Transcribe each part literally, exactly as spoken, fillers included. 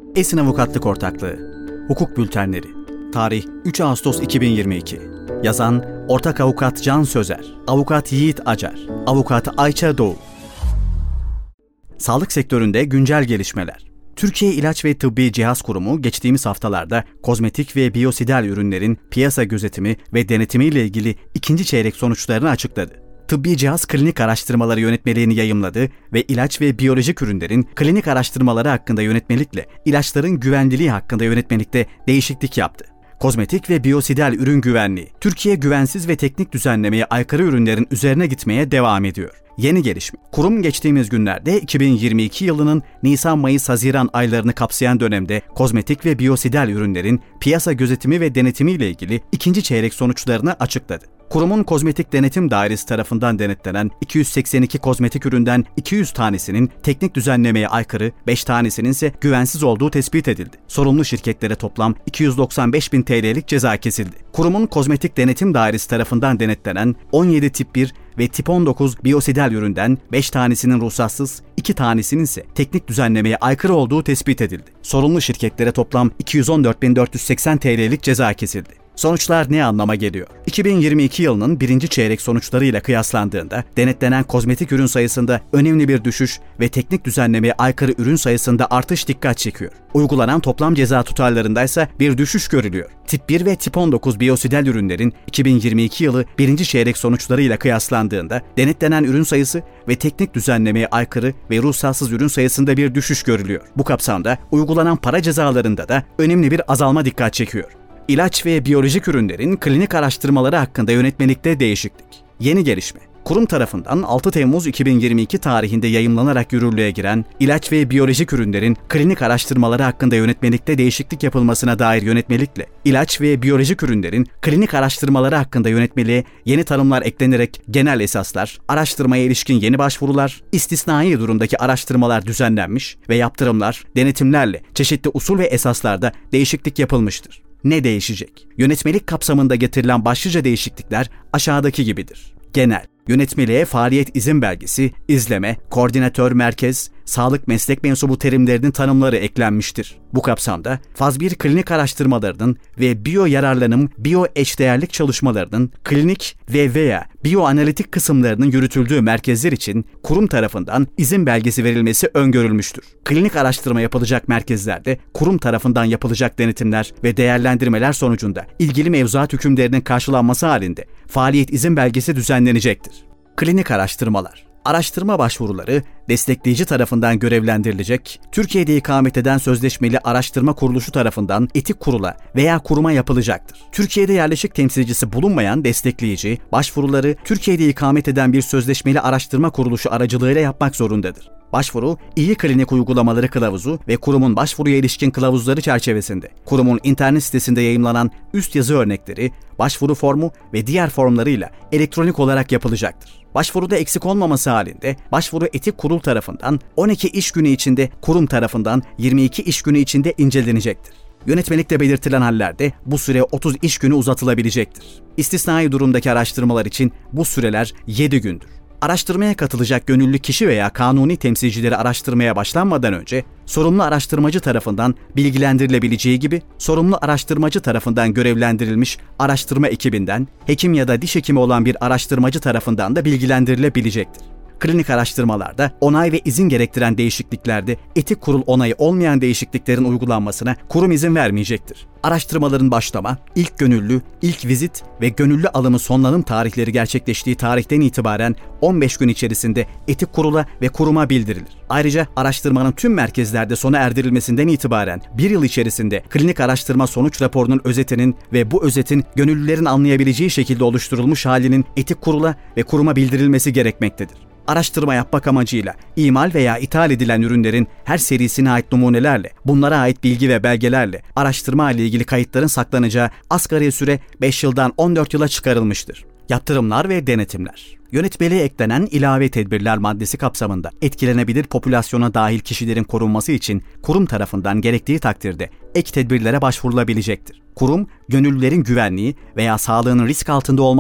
Esin Avukatlık Ortaklığı Hukuk Bültenleri Tarih üç Ağustos iki bin yirmi iki Yazan Ortak Avukat Can Sözer, Avukat Yiğit Acar, Avukat Ayça Doğu. Sağlık sektöründe güncel gelişmeler. Türkiye İlaç ve Tıbbi Cihaz Kurumu geçtiğimiz haftalarda kozmetik ve biyosidal ürünlerin piyasa gözetimi ve denetimi ile ilgili ikinci çeyrek sonuçlarını açıkladı. Tıbbi Cihaz Klinik Araştırmaları Yönetmeliğini yayımladı ve ilaç ve biyolojik ürünlerin klinik araştırmaları hakkında yönetmelikle ilaçların güvenliliği hakkında yönetmelikte değişiklik yaptı. Kozmetik ve biyosidal ürün güvenliği, Türkiye güvensiz ve teknik düzenlemeye aykırı ürünlerin üzerine gitmeye devam ediyor. Yeni gelişme. Kurum geçtiğimiz günlerde iki bin yirmi iki yılının Nisan-Mayıs-Haziran aylarını kapsayan dönemde kozmetik ve biyosidal ürünlerin piyasa gözetimi ve denetimi ile ilgili ikinci çeyrek sonuçlarını açıkladı. Kurumun Kozmetik Denetim Dairesi tarafından denetlenen iki yüz seksen iki kozmetik üründen iki yüz tanesinin teknik düzenlemeye aykırı, beş tanesinin ise güvensiz olduğu tespit edildi. Sorumlu şirketlere toplam iki yüz doksan beş bin T L'lik ceza kesildi. Kurumun Kozmetik Denetim Dairesi tarafından denetlenen on yedi tip bir ve tip on dokuz biyosidal üründen beş tanesinin ruhsatsız, iki tanesinin ise teknik düzenlemeye aykırı olduğu tespit edildi. Sorumlu şirketlere toplam iki yüz on dört bin dört yüz seksen T L'lik ceza kesildi. Sonuçlar ne anlama geliyor? iki bin yirmi iki yılının birinci çeyrek sonuçlarıyla kıyaslandığında denetlenen kozmetik ürün sayısında önemli bir düşüş ve teknik düzenlemeye aykırı ürün sayısında artış dikkat çekiyor. Uygulanan toplam ceza tutarlarında ise bir düşüş görülüyor. Tip bir ve tip on dokuz biyosidal ürünlerin iki bin yirmi iki yılı birinci çeyrek sonuçlarıyla kıyaslandığında denetlenen ürün sayısı ve teknik düzenlemeye aykırı ve ruhsatsız ürün sayısında bir düşüş görülüyor. Bu kapsamda uygulanan para cezalarında da önemli bir azalma dikkat çekiyor. İlaç ve biyolojik ürünlerin klinik araştırmaları hakkında yönetmelikte değişiklik. Yeni gelişme. Kurum tarafından altı Temmuz iki bin yirmi iki tarihinde yayımlanarak yürürlüğe giren ilaç ve biyolojik ürünlerin klinik araştırmaları hakkında yönetmelikte değişiklik yapılmasına dair yönetmelikle ilaç ve biyolojik ürünlerin klinik araştırmaları hakkında yönetmeliğe yeni tanımlar eklenerek genel esaslar, araştırmaya ilişkin yeni başvurular, istisnai durumdaki araştırmalar düzenlenmiş ve yaptırımlar, denetimlerle çeşitli usul ve esaslarda değişiklik yapılmıştır. Ne değişecek? Yönetmelik kapsamında getirilen başlıca değişiklikler aşağıdaki gibidir. Genel, yönetmeliğe faaliyet izin belgesi, izleme, koordinatör merkez, sağlık meslek mensubu terimlerinin tanımları eklenmiştir. Bu kapsamda faz bir klinik araştırmalarının ve biyo yararlanım, biyo eşdeğerlik çalışmalarının klinik ve veya biyoanalitik kısımlarının yürütüldüğü merkezler için kurum tarafından izin belgesi verilmesi öngörülmüştür. Klinik araştırma yapılacak merkezlerde kurum tarafından yapılacak denetimler ve değerlendirmeler sonucunda ilgili mevzuat hükümlerinin karşılanması halinde faaliyet izin belgesi düzenlenecektir. Klinik araştırmalar. Araştırma başvuruları destekleyici tarafından görevlendirilecek, Türkiye'de ikamet eden sözleşmeli araştırma kuruluşu tarafından etik kurula veya kuruma yapılacaktır. Türkiye'de yerleşik temsilcisi bulunmayan destekleyici, başvuruları Türkiye'de ikamet eden bir sözleşmeli araştırma kuruluşu aracılığıyla yapmak zorundadır. Başvuru, iyi klinik uygulamaları kılavuzu ve kurumun başvuruya ilişkin kılavuzları çerçevesinde kurumun internet sitesinde yayımlanan üst yazı örnekleri, başvuru formu ve diğer formlarıyla elektronik olarak yapılacaktır. Başvuruda eksik olmaması halinde başvuru etik kurul tarafından on iki iş günü içinde, kurum tarafından yirmi iki iş günü içinde incelenecektir. Yönetmelikte belirtilen hallerde bu süre otuz iş günü uzatılabilecektir. İstisnai durumdaki araştırmalar için bu süreler yedi gündür. Araştırmaya katılacak gönüllü kişi veya kanuni temsilcileri araştırmaya başlanmadan önce sorumlu araştırmacı tarafından bilgilendirilebileceği gibi sorumlu araştırmacı tarafından görevlendirilmiş araştırma ekibinden hekim ya da diş hekimi olan bir araştırmacı tarafından da bilgilendirilebilecektir. Klinik araştırmalarda onay ve izin gerektiren değişikliklerde etik kurul onayı olmayan değişikliklerin uygulanmasına kurum izin vermeyecektir. Araştırmaların başlama, ilk gönüllü, ilk vizit ve gönüllü alımı sonlanım tarihleri gerçekleştiği tarihten itibaren on beş gün içerisinde etik kurula ve kuruma bildirilir. Ayrıca araştırmanın tüm merkezlerde sona erdirilmesinden itibaren bir yıl içerisinde klinik araştırma sonuç raporunun özetinin ve bu özetin gönüllülerin anlayabileceği şekilde oluşturulmuş halinin etik kurula ve kuruma bildirilmesi gerekmektedir. Araştırma yapmak amacıyla imal veya ithal edilen ürünlerin her serisine ait numunelerle, bunlara ait bilgi ve belgelerle araştırma ile ilgili kayıtların saklanacağı asgari süre beş yıldan on dört yıla çıkarılmıştır. Yaptırımlar ve denetimler. Yönetmeliğe eklenen ilave tedbirler maddesi kapsamında etkilenebilir popülasyona dahil kişilerin korunması için kurum tarafından gerektiği takdirde ek tedbirlere başvurulabilecektir. Kurum, gönüllülerin güvenliği veya sağlığının risk altında olması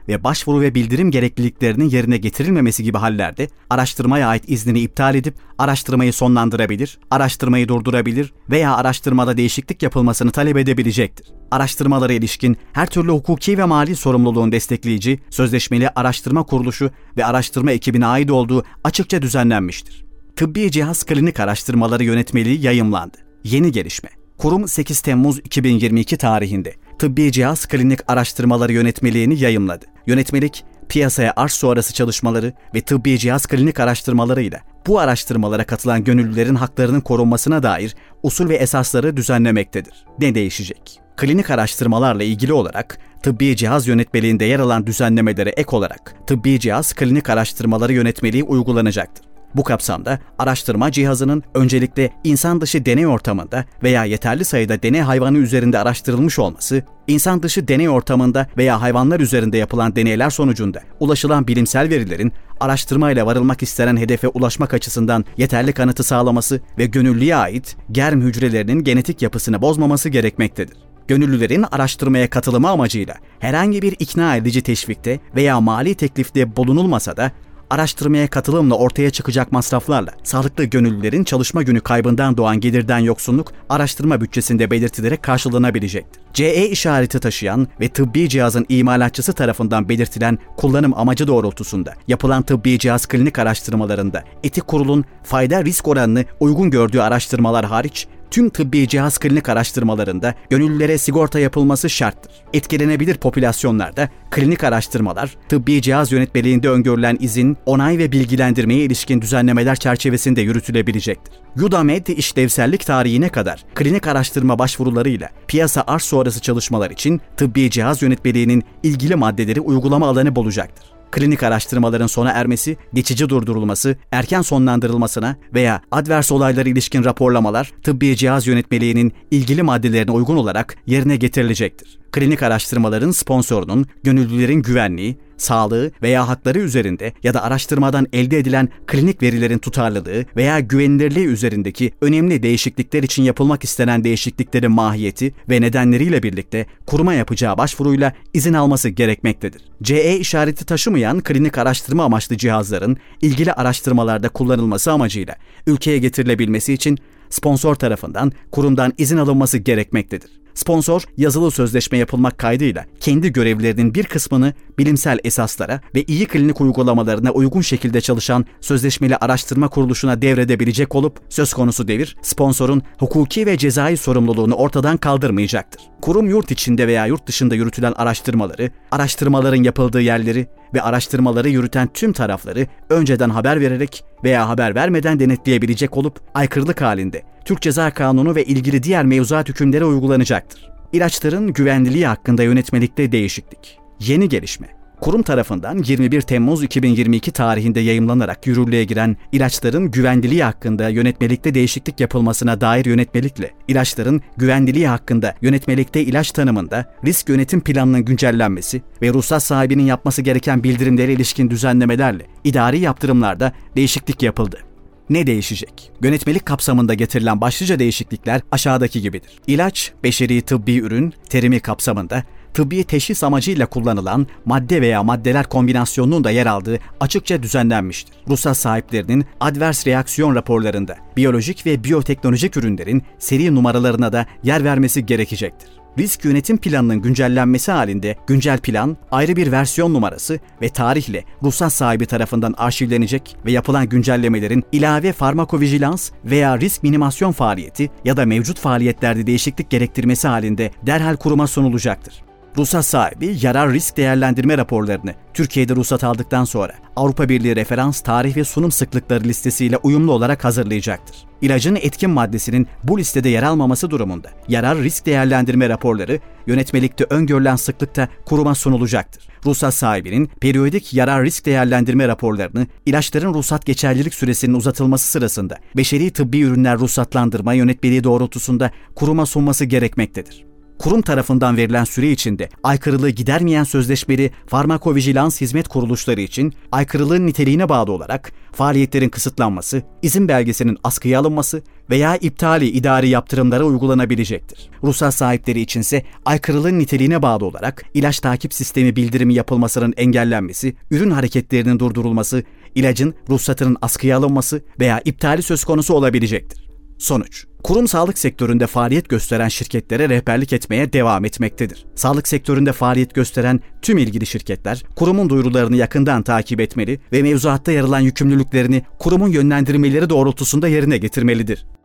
ve başvuru ve bildirim gerekliliklerinin yerine getirilmemesi gibi hallerde araştırmaya ait iznini iptal edip araştırmayı sonlandırabilir, araştırmayı durdurabilir veya araştırmada değişiklik yapılmasını talep edebilecektir. Araştırmalara ilişkin her türlü hukuki ve mali sorumluluğun destekleyici, sözleşmeli araştırma kuruluşu ve araştırma ekibine ait olduğu açıkça düzenlenmiştir. Tıbbi cihaz klinik araştırmaları yönetmeliği yayımlandı. Yeni gelişme. Kurum sekiz Temmuz iki bin yirmi iki tarihinde Tıbbi Cihaz Klinik Araştırmaları Yönetmeliğini yayımladı. Yönetmelik, piyasaya arz sonrası çalışmaları ve tıbbi cihaz klinik araştırmalarıyla bu araştırmalara katılan gönüllülerin haklarının korunmasına dair usul ve esasları düzenlemektedir. Ne değişecek? Klinik araştırmalarla ilgili olarak Tıbbi Cihaz Yönetmeliğinde yer alan düzenlemelere ek olarak Tıbbi Cihaz Klinik Araştırmaları Yönetmeliği uygulanacaktır. Bu kapsamda araştırma cihazının öncelikle insan dışı deney ortamında veya yeterli sayıda deney hayvanı üzerinde araştırılmış olması, insan dışı deney ortamında veya hayvanlar üzerinde yapılan deneyler sonucunda ulaşılan bilimsel verilerin araştırmayla varılmak istenen hedefe ulaşmak açısından yeterli kanıtı sağlaması ve gönüllüye ait germ hücrelerinin genetik yapısını bozmaması gerekmektedir. Gönüllülerin araştırmaya katılımı amacıyla herhangi bir ikna edici teşvikte veya mali teklifte bulunulmasa da araştırmaya katılımla ortaya çıkacak masraflarla sağlıklı gönüllülerin çalışma günü kaybından doğan gelirden yoksunluk araştırma bütçesinde belirtilerek karşılanabilecektir. C E işareti taşıyan ve tıbbi cihazın imalatçısı tarafından belirtilen kullanım amacı doğrultusunda yapılan tıbbi cihaz klinik araştırmalarında etik kurulun fayda risk oranını uygun gördüğü araştırmalar hariç tüm tıbbi cihaz klinik araştırmalarında gönüllülere sigorta yapılması şarttır. Etkilenebilir popülasyonlarda klinik araştırmalar, tıbbi cihaz yönetmeliğinde öngörülen izin, onay ve bilgilendirmeye ilişkin düzenlemeler çerçevesinde yürütülebilecektir. Yudamed işlevsellik tarihine kadar klinik araştırma başvurularıyla piyasa arz sonrası çalışmalar için tıbbi cihaz yönetmeliğinin ilgili maddeleri uygulama alanı bulacaktır. Klinik araştırmaların sona ermesi, geçici durdurulması, erken sonlandırılmasına veya advers olaylara ilişkin raporlamalar tıbbi cihaz yönetmeliğinin ilgili maddelerine uygun olarak yerine getirilecektir. Klinik araştırmaların sponsorunun gönüllülerin güvenliği, sağlığı veya hakları üzerinde ya da araştırmadan elde edilen klinik verilerin tutarlılığı veya güvenilirliği üzerindeki önemli değişiklikler için yapılmak istenen değişikliklerin mahiyeti ve nedenleriyle birlikte kuruma yapacağı başvuruyla izin alması gerekmektedir. C E işareti taşımayan klinik araştırma amaçlı cihazların ilgili araştırmalarda kullanılması amacıyla ülkeye getirilebilmesi için sponsor tarafından kurumdan izin alınması gerekmektedir. Sponsor, yazılı sözleşme yapılmak kaydıyla kendi görevlerinin bir kısmını bilimsel esaslara ve iyi klinik uygulamalarına uygun şekilde çalışan sözleşmeli araştırma kuruluşuna devredebilecek olup, söz konusu devir, sponsorun hukuki ve cezai sorumluluğunu ortadan kaldırmayacaktır. Kurum yurt içinde veya yurt dışında yürütülen araştırmaları, araştırmaların yapıldığı yerleri ve araştırmaları yürüten tüm tarafları önceden haber vererek veya haber vermeden denetleyebilecek olup, aykırılık halinde Türk Ceza Kanunu ve ilgili diğer mevzuat hükümleri uygulanacaktır. İlaçların güvenliliği hakkında yönetmelikte değişiklik. Yeni gelişme. Kurum tarafından yirmi bir Temmuz iki bin yirmi iki tarihinde yayımlanarak yürürlüğe giren ilaçların güvenliliği hakkında yönetmelikte değişiklik yapılmasına dair yönetmelikle, ilaçların güvenliliği hakkında yönetmelikte ilaç tanımında risk yönetim planının güncellenmesi ve ruhsat sahibinin yapması gereken bildirimlere ilişkin düzenlemelerle idari yaptırımlarda değişiklik yapıldı. Ne değişecek? Yönetmelik kapsamında getirilen başlıca değişiklikler aşağıdaki gibidir. İlaç, beşeri tıbbi ürün terimi kapsamında tıbbi teşhis amacıyla kullanılan madde veya maddeler kombinasyonunun da yer aldığı açıkça düzenlenmiştir. Ruhsat sahiplerinin advers reaksiyon raporlarında biyolojik ve biyoteknolojik ürünlerin seri numaralarına da yer vermesi gerekecektir. Risk yönetim planının güncellenmesi halinde güncel plan, ayrı bir versiyon numarası ve tarihle ruhsat sahibi tarafından arşivlenecek ve yapılan güncellemelerin ilave farmakovijilans veya risk minimasyon faaliyeti ya da mevcut faaliyetlerde değişiklik gerektirmesi halinde derhal kuruma sunulacaktır. Ruhsat sahibi yarar risk değerlendirme raporlarını Türkiye'de ruhsat aldıktan sonra Avrupa Birliği referans tarih ve sunum sıklıkları listesiyle uyumlu olarak hazırlayacaktır. İlacın etkin maddesinin bu listede yer almaması durumunda yarar risk değerlendirme raporları yönetmelikte öngörülen sıklıkta kuruma sunulacaktır. Ruhsat sahibinin periyodik yarar risk değerlendirme raporlarını ilaçların ruhsat geçerlilik süresinin uzatılması sırasında beşeri tıbbi ürünler ruhsatlandırma yönetmeliği doğrultusunda kuruma sunması gerekmektedir. Kurum tarafından verilen süre içinde aykırılığı gidermeyen sözleşmeli farmakovijilans hizmet kuruluşları için aykırılığın niteliğine bağlı olarak faaliyetlerin kısıtlanması, izin belgesinin askıya alınması veya iptali idari yaptırımlara uygulanabilecektir. Ruhsat sahipleri içinse aykırılığın niteliğine bağlı olarak ilaç takip sistemi bildirimi yapılmasının engellenmesi, ürün hareketlerinin durdurulması, ilacın ruhsatının askıya alınması veya iptali söz konusu olabilecektir. Sonuç: kurum sağlık sektöründe faaliyet gösteren şirketlere rehberlik etmeye devam etmektedir. Sağlık sektöründe faaliyet gösteren tüm ilgili şirketler, kurumun duyurularını yakından takip etmeli ve mevzuatta yer alan yükümlülüklerini kurumun yönlendirmeleri doğrultusunda yerine getirmelidir.